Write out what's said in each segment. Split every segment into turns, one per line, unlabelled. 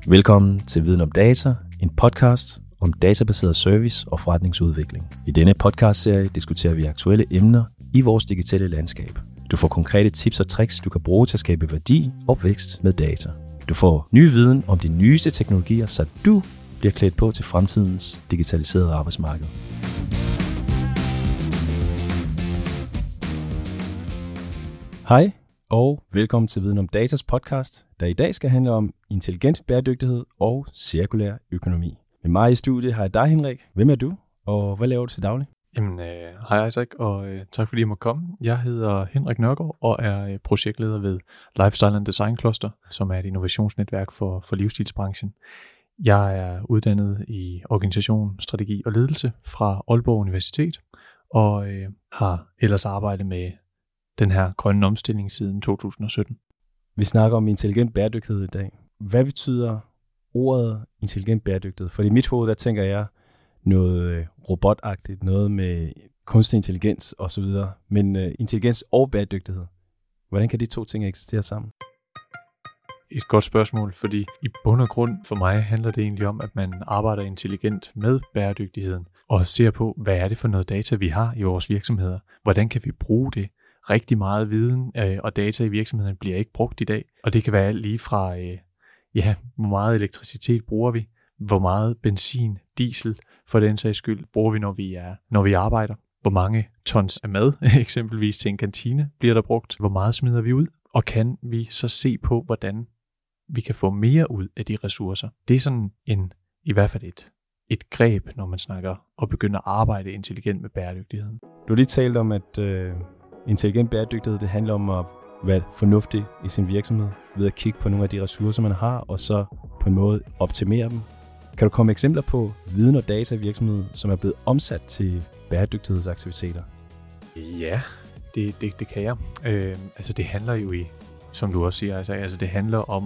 Velkommen til Viden om Data, en podcast om databaseret service og forretningsudvikling. I denne podcastserie diskuterer vi aktuelle emner i vores digitale landskab. Du får konkrete tips og tricks, du kan bruge til at skabe værdi og vækst med data. Du får ny viden om de nyeste teknologier, så du bliver klædt på til fremtidens digitaliserede arbejdsmarked. Hej og velkommen til Viden om Datas podcast, der i dag skal handle om intelligent bæredygtighed og cirkulær økonomi. Med mig i studiet har jeg dig, Henrik. Hvem er du, og hvad laver du til daglig?
Jamen, hej Isaac, og tak fordi jeg må komme. Jeg hedder Henrik Nørgaard og er projektleder ved Lifestyle and Design Cluster, som er et innovationsnetværk for livsstilsbranchen. Jeg er uddannet i organisation, strategi og ledelse fra Aalborg Universitet, og har ellers arbejdet med den her grønne omstilling siden 2017.
Vi snakker om intelligent bæredygtighed i dag. Hvad betyder ordet intelligent bæredygtighed? For i mit hoved, der tænker jeg noget robotagtigt, noget med kunstig intelligens osv. Men intelligens og bæredygtighed, hvordan kan de to ting eksistere sammen?
Et godt spørgsmål, fordi i bund og grund for mig handler det egentlig om, at man arbejder intelligent med bæredygtigheden og ser på, hvad er det for noget data, vi har i vores virksomheder? Hvordan kan vi bruge det? Rigtig meget viden og data i virksomheden bliver ikke brugt i dag, og det kan være alt lige fra, hvor meget elektricitet bruger vi, hvor meget benzin, diesel for den sags skyld bruger vi, når vi arbejder, hvor mange tons af mad, eksempelvis til en kantine, bliver der brugt, hvor meget smider vi ud, og kan vi så se på, hvordan vi kan få mere ud af de ressourcer. Det er sådan i hvert fald et greb, når man snakker og begynder at arbejde intelligent med bæredygtigheden.
Du har lige talt om, at intelligent bæredygtighed, det handler om at være fornuftig i sin virksomhed, ved at kigge på nogle af de ressourcer, man har, og så på en måde optimere dem. Kan du komme med eksempler på viden og data i virksomheden, som er blevet omsat til bæredygtighedsaktiviteter?
Ja, det kan jeg. Det handler jo som du også siger, altså det handler om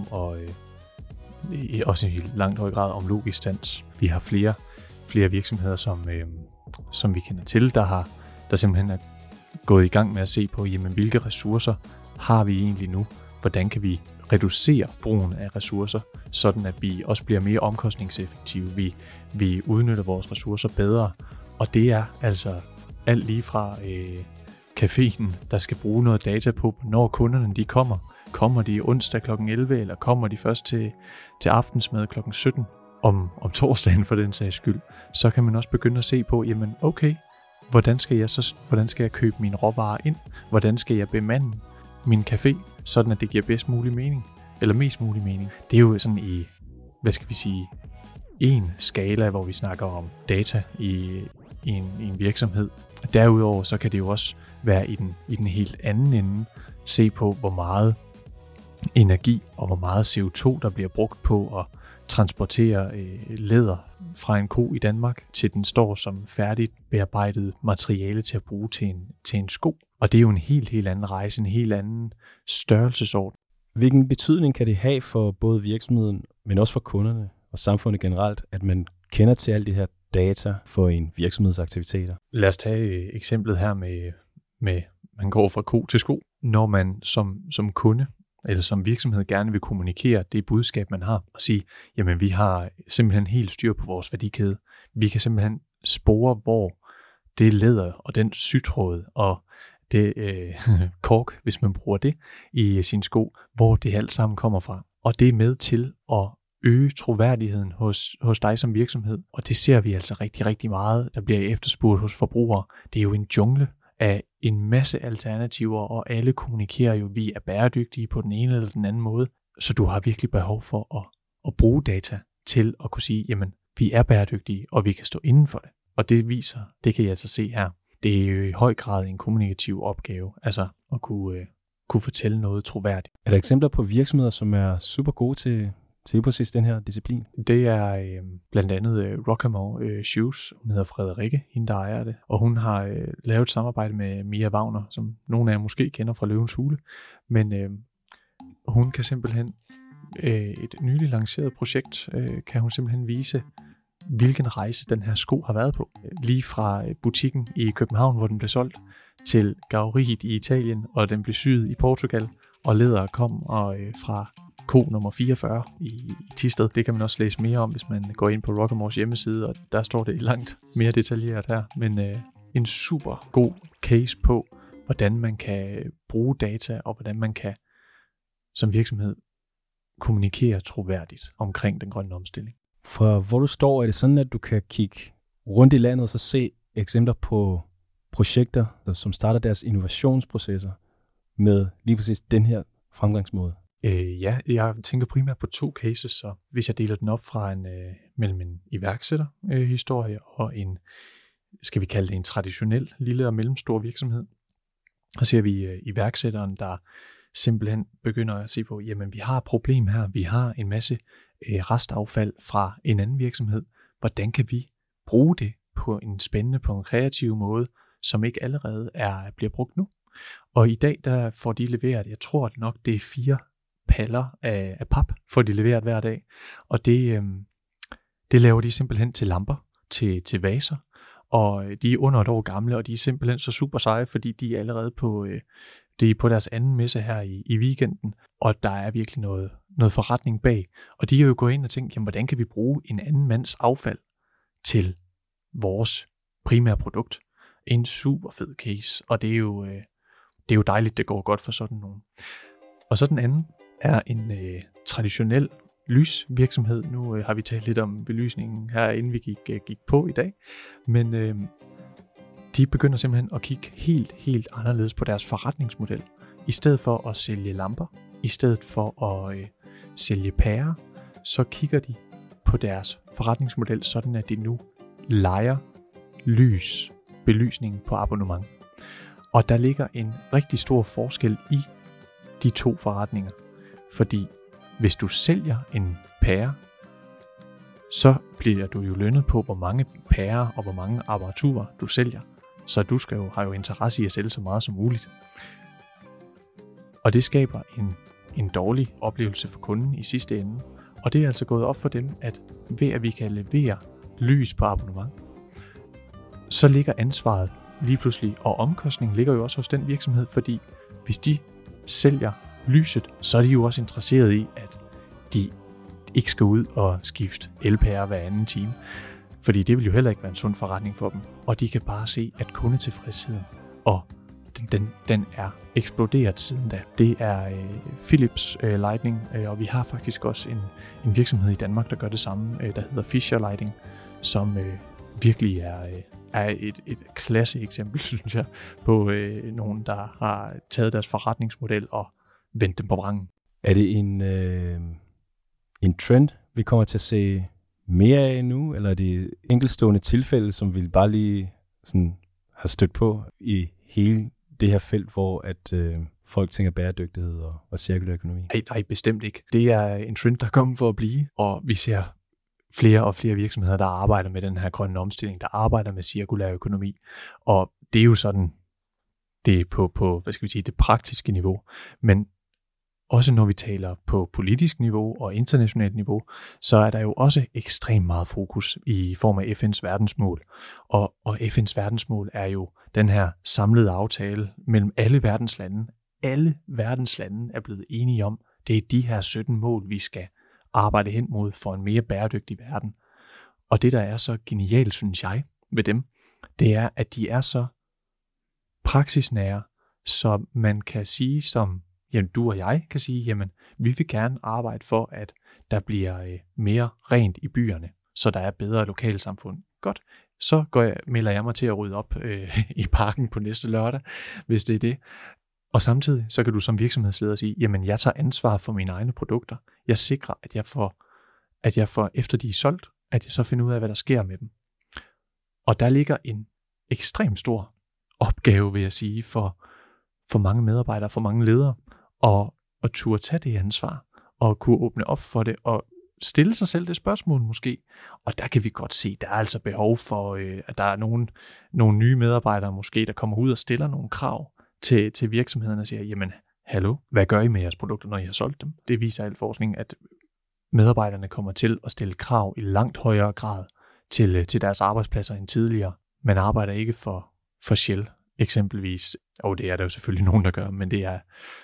også i langt høj grad om logisk dans. Vi har flere virksomheder, som vi kender til, der simpelthen er gået i gang med at se på, jamen, hvilke ressourcer har vi egentlig nu? Hvordan kan vi reducere brugen af ressourcer, sådan at vi også bliver mere omkostningseffektive? Vi udnytter vores ressourcer bedre, og det er altså alt lige fra caféen, der skal bruge noget data på, når kunderne de kommer. Kommer de onsdag kl. 11, eller kommer de først til aftensmad kl. 17 om torsdagen for den sags skyld? Så kan man også begynde at se på, jamen okay, hvordan skal jeg købe mine råvarer ind? Hvordan skal jeg bemande min café, sådan at det giver bedst mulig mening, eller mest mulig mening? Det er jo sådan i, en skala, hvor vi snakker om data i en virksomhed. Derudover så kan det jo også være i den helt anden ende, se på hvor meget energi og hvor meget CO2, der bliver brugt på at transportere læder fra en ko i Danmark, til den står som færdigt bearbejdet materiale til at bruge til en sko. Og det er jo en helt anden rejse, en helt anden størrelsesorden.
Hvilken betydning kan det have for både virksomheden, men også for kunderne og samfundet generelt, at man kender til alle de her data for en virksomhedsaktiviteter?
Lad os tage eksemplet her med man går fra ko til sko. Når man som kunde eller som virksomhed gerne vil kommunikere det budskab, man har, og sige, jamen vi har simpelthen helt styr på vores værdikæde. Vi kan simpelthen spore, hvor det læder og den sytråd og det kork, hvis man bruger det i sin sko, hvor det alt sammen kommer fra. Og det er med til at øge troværdigheden hos dig som virksomhed. Og det ser vi altså rigtig, rigtig meget, der bliver efterspurgt hos forbrugere. Det er jo en jungle af en masse alternativer, og alle kommunikerer jo, vi er bæredygtige på den ene eller den anden måde. Så du har virkelig behov for at bruge data til at kunne sige, jamen, vi er bæredygtige, og vi kan stå inden for det. Og det kan I altså se her. Det er jo i høj grad en kommunikativ opgave, altså at kunne fortælle noget troværdigt.
Er der eksempler på virksomheder, som er super gode til præcis den her disciplin?
Det er blandt andet Rockamore Shoes. Hun hedder Frederikke, hende der ejer det. Og hun har lavet et samarbejde med Mia Wagner, som nogle af jer måske kender fra Løvens Hule. Men hun kan simpelthen, et nyligt lanceret projekt, kan hun simpelthen vise, hvilken rejse den her sko har været på. Lige fra butikken i København, hvor den blev solgt, til garveriet i Italien, og den blev syet i Portugal, og læder kom fra ko nummer 44 i Thisted. Det kan man også læse mere om, hvis man går ind på Rockamores hjemmeside, og der står det langt mere detaljeret her. Men en super god case på, hvordan man kan bruge data, og hvordan man kan som virksomhed kommunikere troværdigt omkring den grønne omstilling.
Fra hvor du står, er det sådan, at du kan kigge rundt i landet og så se eksempler på projekter, som starter deres innovationsprocesser med lige præcis den her fremgangsmåde?
Ja, jeg tænker primært på 2 cases, så hvis jeg deler den op fra mellem en iværksætterhistorie og en, skal vi kalde det en traditionel lille og mellemstor virksomhed, så ser vi iværksætteren, der simpelthen begynder at se på, jamen vi har et problem her, vi har en masse restaffald fra en anden virksomhed, hvordan kan vi bruge det på en spændende, på en kreativ måde, som ikke allerede bliver brugt nu. Og i dag, der får de leveret, jeg tror nok, det er 4 paller af pap, får de leveret hver dag. Og det laver de simpelthen til lamper, til vaser. Og de er under et år gamle, og de er simpelthen så super seje, fordi de er allerede på deres anden messe her i weekenden. Og der er virkelig noget forretning bag. Og de har jo gået ind og tænkt, jamen hvordan kan vi bruge en anden mands affald til vores primære produkt? En super fed case, og det er jo dejligt, det går godt for sådan nogen. Og så den anden er en traditionel lysvirksomhed. Nu har vi talt lidt om belysningen her, inden vi gik på i dag. Men de begynder simpelthen at kigge helt anderledes på deres forretningsmodel. I stedet for at sælge lamper, i stedet for at sælge pærer, så kigger de på deres forretningsmodel, sådan at de nu lejer belysningen på abonnement. Og der ligger en rigtig stor forskel i de 2 forretninger. Fordi hvis du sælger en pære, så bliver du jo lønnet på, hvor mange pærer og hvor mange apparaturer du sælger. Så du har jo interesse i at sælge så meget som muligt. Og det skaber en dårlig oplevelse for kunden i sidste ende. Og det er altså gået op for dem, at ved at vi kan levere lys på abonnement, så ligger ansvaret lige pludselig, og omkostningen ligger jo også hos den virksomhed, fordi hvis de sælger lyset, så er de jo også interesseret i, at de ikke skal ud og skifte elpærer hver anden time. Fordi det vil jo heller ikke være en sund forretning for dem. Og de kan bare se, at kundetilfredsheden, og den er eksploderet siden da. Det er Philips Lighting, og vi har faktisk også en virksomhed i Danmark, der gør det samme, der hedder Fisher Lighting, som virkelig er et klasse eksempel, synes jeg, på nogen, der har taget deres forretningsmodel og vendt dem på vrangen.
Er det en trend, vi kommer til at se mere af nu, eller er det enkeltstående tilfælde, som vi bare lige sådan har stødt på i hele det her felt, hvor at folk tænker bæredygtighed og cirkulær økonomi?
Nej, bestemt ikke. Det er en trend, der kommer for at blive, og vi ser flere og flere virksomheder, der arbejder med den her grønne omstilling, der arbejder med cirkulær økonomi. Og det er jo sådan, det er på hvad skal vi sige, det praktiske niveau. Men også når vi taler på politisk niveau og internationalt niveau, så er der jo også ekstremt meget fokus i form af FN's verdensmål. Og FN's verdensmål er jo den her samlede aftale mellem alle verdens lande. Alle verdens lande er blevet enige om, det er de her 17 mål, vi skal arbejde hen mod for en mere bæredygtig verden. Og det, der er så genialt, synes jeg, ved dem, det er, at de er så praksisnære, så man kan sige som, jamen du og jeg kan sige, jamen vi vil gerne arbejde for, at der bliver mere rent i byerne, så der er bedre lokalsamfund. Godt, så melder jeg mig til at rydde op i parken på næste lørdag, hvis det er det. Og samtidig så kan du som virksomhedsleder sige, jamen jeg tager ansvar for mine egne produkter. Jeg sikrer, at jeg får efter de er solgt, at jeg så finder ud af, hvad der sker med dem. Og der ligger en ekstremt stor opgave, vil jeg sige, for mange medarbejdere, for mange ledere, at turde tage det ansvar, og kunne åbne op for det, og stille sig selv det spørgsmål måske. Og der kan vi godt se, der er altså behov for, at der er nogle nye medarbejdere måske, der kommer ud og stiller nogle krav til virksomhederne og siger, jamen, hallo, hvad gør I med jeres produkter, når I har solgt dem? Det viser al forskning, at medarbejderne kommer til at stille krav i langt højere grad til deres arbejdspladser end tidligere. Man arbejder ikke for Shell, eksempelvis. Og det er der jo selvfølgelig nogen, der gør, men det er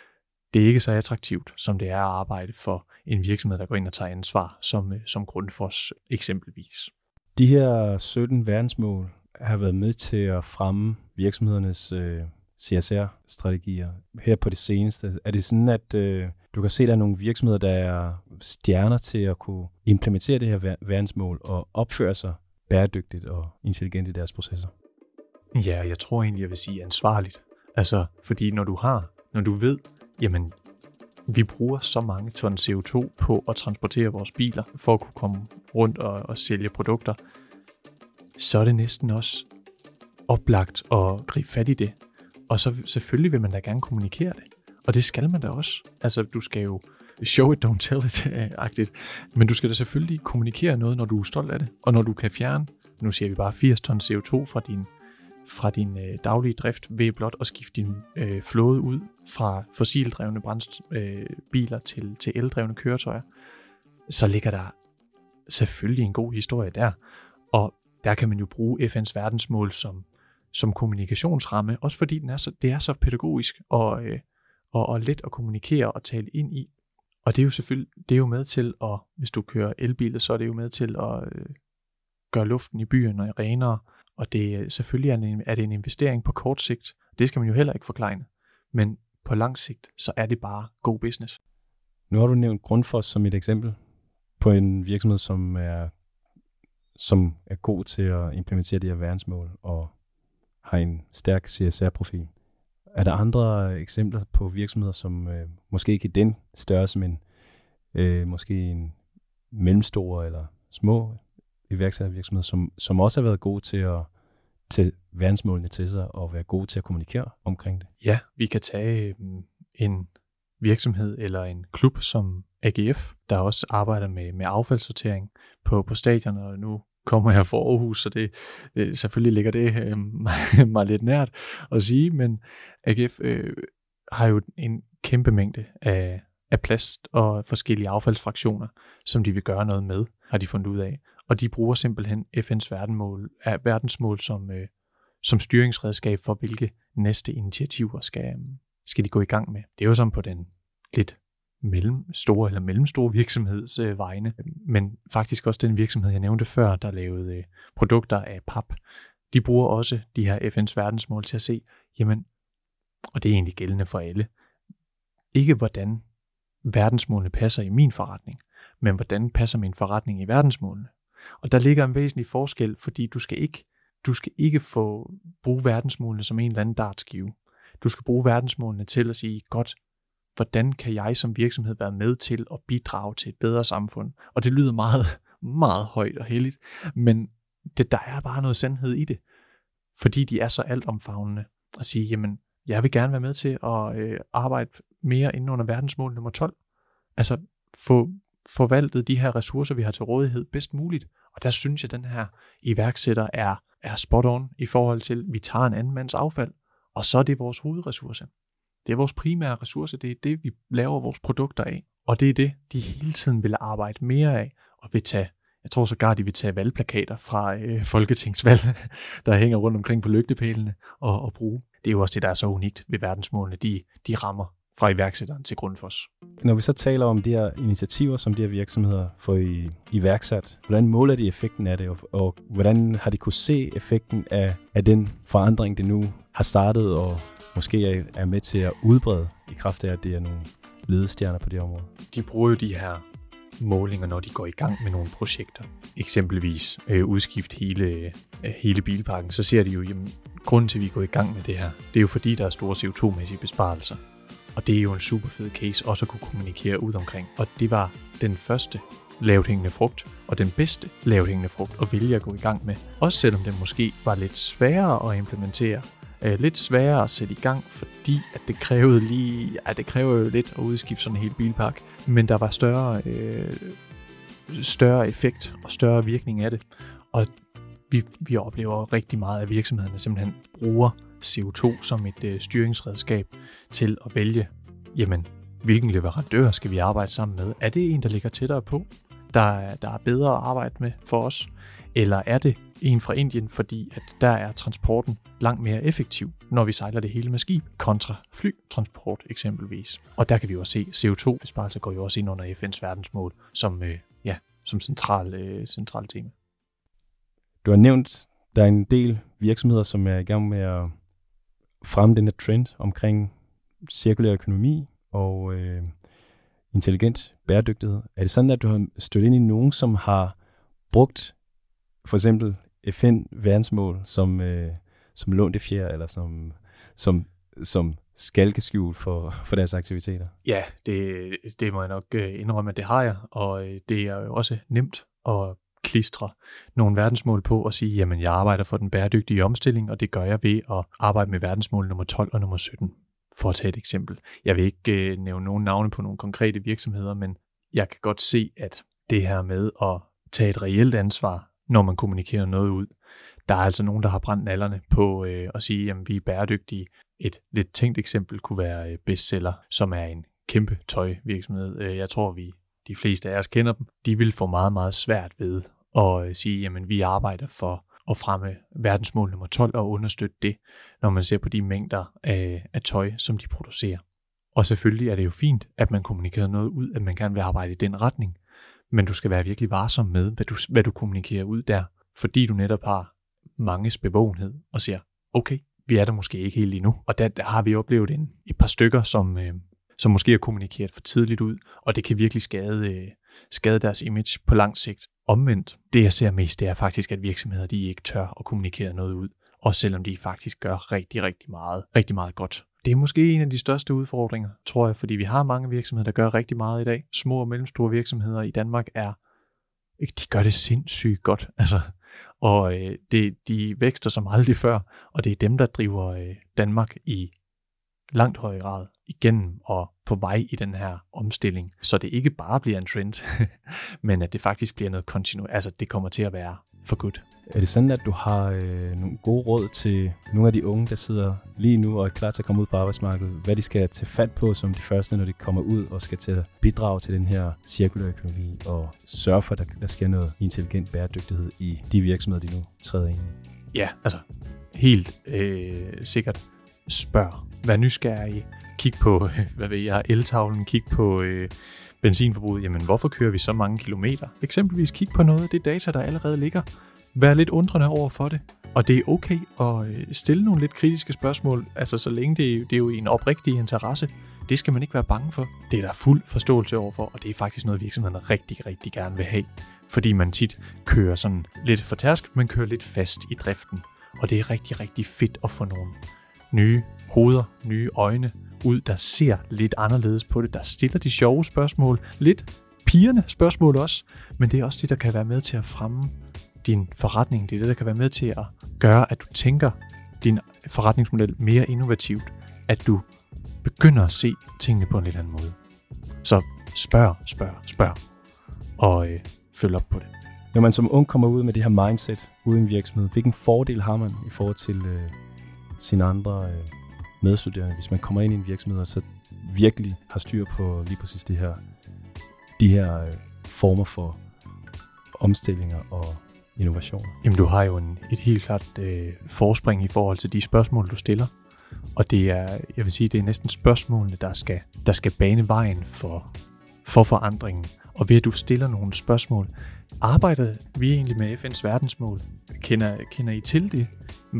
det er ikke så attraktivt, som det er at arbejde for en virksomhed, der går ind og tager ansvar, som Grundfos eksempelvis.
De her 17 verdensmål har været med til at fremme virksomhedernes CSR-strategier her på det seneste. Er det sådan, at du kan se, at der er nogle virksomheder, der er stjerner til at kunne implementere det her verdensmål og opføre sig bæredygtigt og intelligent i deres processer?
Ja, jeg tror egentlig, jeg vil sige ansvarligt. Altså, fordi når du ved, jamen, vi bruger så mange ton CO2 på at transportere vores biler for at kunne komme rundt og sælge produkter, så er det næsten også oplagt at gribe fat i det. Og så selvfølgelig vil man da gerne kommunikere det. Og det skal man da også. Altså, du skal jo show it, don't tell it-agtigt. Men du skal da selvfølgelig kommunikere noget, når du er stolt af det. Og når du kan fjerne, nu siger vi bare 80 ton CO2 fra din daglige drift, ved blot at skifte din flåde ud fra fossildrevne biler til eldrevne køretøjer, så ligger der selvfølgelig en god historie der. Og der kan man jo bruge FN's verdensmål som kommunikationsramme, også fordi det er så pædagogisk og let at kommunikere og tale ind i. Og det er jo selvfølgelig, det er jo med til at, hvis du kører elbiler, så er det jo med til at gøre luften i byerne renere. Og det selvfølgelig er det en investering på kort sigt. Det skal man jo heller ikke forklejne. Men på lang sigt, så er det bare god business.
Nu har du nævnt Grundfos som et eksempel på en virksomhed, som er god til at implementere de her verdensmål og har en stærk CSR-profil. Er der andre eksempler på virksomheder, som måske ikke er den størrelse, men måske en mellemstor eller små iværksættervirksomheder, som også har været gode til at tage verdensmålene til sig og være gode til at kommunikere omkring det?
Ja, vi kan tage en virksomhed eller en klub som AGF, der også arbejder med affaldssortering på stadioner, og nu kommer jeg fra Aarhus, så det selvfølgelig ligger det mig lidt nært at sige, men AGF har jo en kæmpe mængde af plast og forskellige affaldsfraktioner, som de vil gøre noget med, har de fundet ud af. Og de bruger simpelthen FN's verdensmål som styringsredskab for, hvilke næste initiativer skal de gå i gang med. Det er jo som på den lidt mellemstore virksomheds vegne, men faktisk også den virksomhed, jeg nævnte før, der lavede produkter af pap. De bruger også de her FN's verdensmål til at se, jamen, og det er egentlig gældende for alle, ikke hvordan verdensmålene passer i min forretning, men hvordan passer min forretning i verdensmålene. Og der ligger en væsentlig forskel, fordi du skal ikke bruge verdensmålene som en eller anden dartskive. Du skal bruge verdensmålene til at sige, godt, hvordan kan jeg som virksomhed være med til at bidrage til et bedre samfund? Og det lyder meget, meget højt og helligt, men der er bare noget sandhed i det, fordi de er så altomfavnende at sige, jamen, jeg vil gerne være med til at arbejde mere inden under verdensmål nummer 12. Altså, få forvaltet de her ressourcer, vi har til rådighed bedst muligt. Og der synes jeg, at den her iværksætter er spot on i forhold til, at vi tager en anden mands affald, og så er det vores hovedressource. Det er vores primære ressource, det er det, vi laver vores produkter af. Og det er det, de hele tiden vil arbejde mere af, og jeg tror sågar, de vil tage valgplakater fra folketingsvalg, der hænger rundt omkring på lygtepælene og bruge. Det er jo også det, der er så unikt ved verdensmålene, de rammer fra iværksætteren til Grundfos. Når
vi så taler om de her initiativer, som de her virksomheder får iværksat, hvordan måler de effekten af det, og hvordan har de kunne se effekten af den forandring, det nu har startet, og måske er med til at udbrede i kraft af, at det er nogle ledestjerner på det område?
De bruger jo de her målinger, når de går i gang med nogle projekter. Eksempelvis udskift hele bilparken, så ser de jo, jamen, grunden til, at vi går i gang med det her, det er jo fordi, der er store CO2-mæssige besparelser. Og det er jo en super fed case også at kunne kommunikere ud omkring. Og det var den første lavthængende frugt, og den bedste lavthængende frugt at vælge at gå i gang med. Også selvom det måske var lidt sværere at implementere, lidt sværere at sætte i gang, fordi at det krævede jo lidt at udskifte sådan en hel bilpark. Men der var større effekt og større virkning af det. Og vi oplever rigtig meget, at virksomhederne simpelthen bruger CO2 som et styringsredskab til at vælge, jamen, hvilken leverandør skal vi arbejde sammen med? Er det en, der ligger tættere på? der er bedre at arbejde med for os? Eller er det en fra Indien, fordi at der er transporten langt mere effektiv, når vi sejler det hele med skib, kontra flytransport eksempelvis? Og der kan vi jo også se, CO2-besparelser går jo også ind under FN's verdensmål som central tema.
Du har nævnt, der er en del virksomheder, som er i gang med at fremme den her trend omkring cirkulær økonomi og intelligent bæredygtighed. Er det sådan, at du har stødt ind i nogen, som har brugt for eksempel FN-verdensmål som lånte fjer, eller som skalkeskjul for deres aktiviteter?
Ja, det må jeg nok indrømme, at det har jeg, og det er jo også nemt at klistre nogle verdensmål på og sige, jamen jeg arbejder for den bæredygtige omstilling, og det gør jeg ved at arbejde med verdensmål nummer 12 og nummer 17, for at tage et eksempel. Jeg vil ikke nævne nogen navne på nogle konkrete virksomheder, men jeg kan godt se, at det her med at tage et reelt ansvar, når man kommunikerer noget ud, der er altså nogen, der har brændt nallerne på at sige, jamen vi er bæredygtige. Et lidt tænkt eksempel kunne være Bestseller, som er en kæmpe tøjvirksomhed. Jeg tror, de fleste af os kender dem. De vil få meget, meget svært ved at sige, jamen vi arbejder for at fremme verdensmål nummer 12 og understøtte det, når man ser på de mængder af tøj, som de producerer. Og selvfølgelig er det jo fint, at man kommunikerer noget ud, at man gerne vil arbejde i den retning. Men du skal være virkelig varsom med, hvad du kommunikerer ud der, fordi du netop har manges bevågenhed og siger, okay, vi er der måske ikke helt endnu. Og der har vi oplevet et par stykker, som måske har kommunikeret for tidligt ud, og det kan virkelig skade deres image på lang sigt. Omvendt, det jeg ser mest, det er faktisk, at virksomheder de ikke tør at kommunikere noget ud, også selvom de faktisk gør rigtig meget godt. Det er måske en af de største udfordringer, tror jeg, fordi vi har mange virksomheder, der gør rigtig meget i dag. Små og mellemstore virksomheder i Danmark de gør det sindssygt godt, altså. Og de vækster som aldrig før, og det er dem, der driver Danmark i langt høj grad igennem og på vej i den her omstilling. Så det ikke bare bliver en trend, men at det faktisk bliver noget kontinuerligt. Altså det kommer til at være for godt.
Er det sådan, at du har nogle gode råd til nogle af de unge, der sidder lige nu og er klar til at komme ud på arbejdsmarkedet? Hvad de skal tage fat på som de første, når de kommer ud og skal til at bidrage til den her cirkulære økonomi og sørge for, at der sker noget intelligent bæredygtighed i de virksomheder, de nu træder ind i?
Ja, altså helt sikkert spørg. Vær nysgerrig. Kig på, eltavlen. Kig på benzinforbruget. Jamen, hvorfor kører vi så mange kilometer? Eksempelvis kig på noget af det data, der allerede ligger. Vær lidt undrende over for det. Og det er okay at stille nogle lidt kritiske spørgsmål, altså så længe det er jo en oprigtig interesse. Det skal man ikke være bange for. Det er der fuld forståelse overfor, og det er faktisk noget, virksomhederne rigtig, rigtig gerne vil have. Fordi man tit kører sådan lidt for tærsk, man kører lidt fast i driften. Og det er rigtig, rigtig fedt at få nogle nye hoveder, nye øjne ud, der ser lidt anderledes på det, der stiller de sjove spørgsmål, lidt pirrende spørgsmål også, men det er også det, der kan være med til at fremme din forretning. Det er det, der kan være med til at gøre, at du tænker din forretningsmodel mere innovativt, at du begynder at se tingene på en lidt anden måde. Så spørg, og følg op på det.
Når man som ung kommer ud med det her mindset uden virksomhed, hvilken fordel har man i forhold til sine andre medstuderende, hvis man kommer ind i en virksomhed og så virkelig har styr på lige præcis de her former for omstillinger og innovationer?
Jamen, du har jo et helt klart forspring i forhold til de spørgsmål, du stiller. Og det er, jeg vil sige, det er næsten spørgsmålene, der skal bane vejen for forandringen. Og ved at du stiller nogle spørgsmål, arbejder vi egentlig med FN's verdensmål? Kender I til det?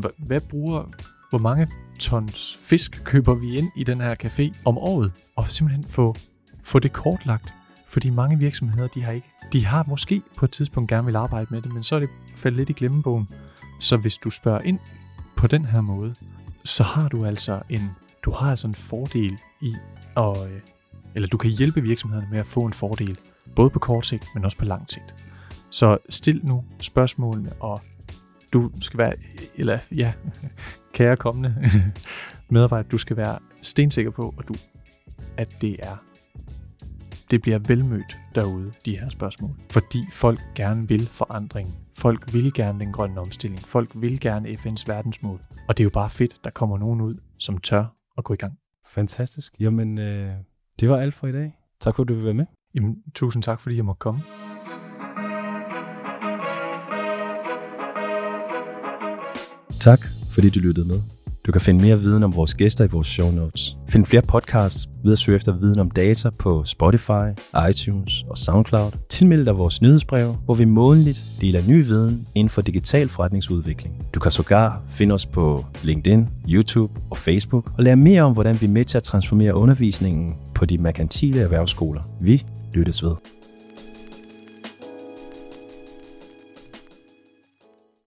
Hvor mange tons fisk køber vi ind i den her café om året? Og simpelthen få det kortlagt. Fordi mange virksomheder, de har måske på et tidspunkt gerne vil arbejde med det, men så er det faldet lidt i glemmebogen. Så hvis du spørger ind på den her måde, så har du altså en fordel i eller du kan hjælpe virksomhederne med at få en fordel, både på kort sigt, men også på lang sigt. Så stil nu spørgsmålene, og du skal være, kære kommende medarbejder, du skal være stensikker på, at det bliver velmødt derude, de her spørgsmål. Fordi folk gerne vil forandring. Folk vil gerne den grønne omstilling. Folk vil gerne FN's verdensmål. Og det er jo bare fedt, der kommer nogen ud, som tør at gå i gang.
Fantastisk. Jamen, det var alt for i dag. Tak for, at du vil være med.
Jamen, tusind tak, fordi jeg måtte komme.
Tak, fordi du lyttede med. Du kan finde mere viden om vores gæster i vores show notes. Find flere podcasts ved at søge efter viden om data på Spotify, iTunes og SoundCloud. Tilmeld dig vores nyhedsbrev, hvor vi månedligt deler ny viden inden for digital forretningsudvikling. Du kan sågar finde os på LinkedIn, YouTube og Facebook og lære mere om, hvordan vi er med til at transformere undervisningen på de merkantile erhvervsskoler. Vi lyttes ved.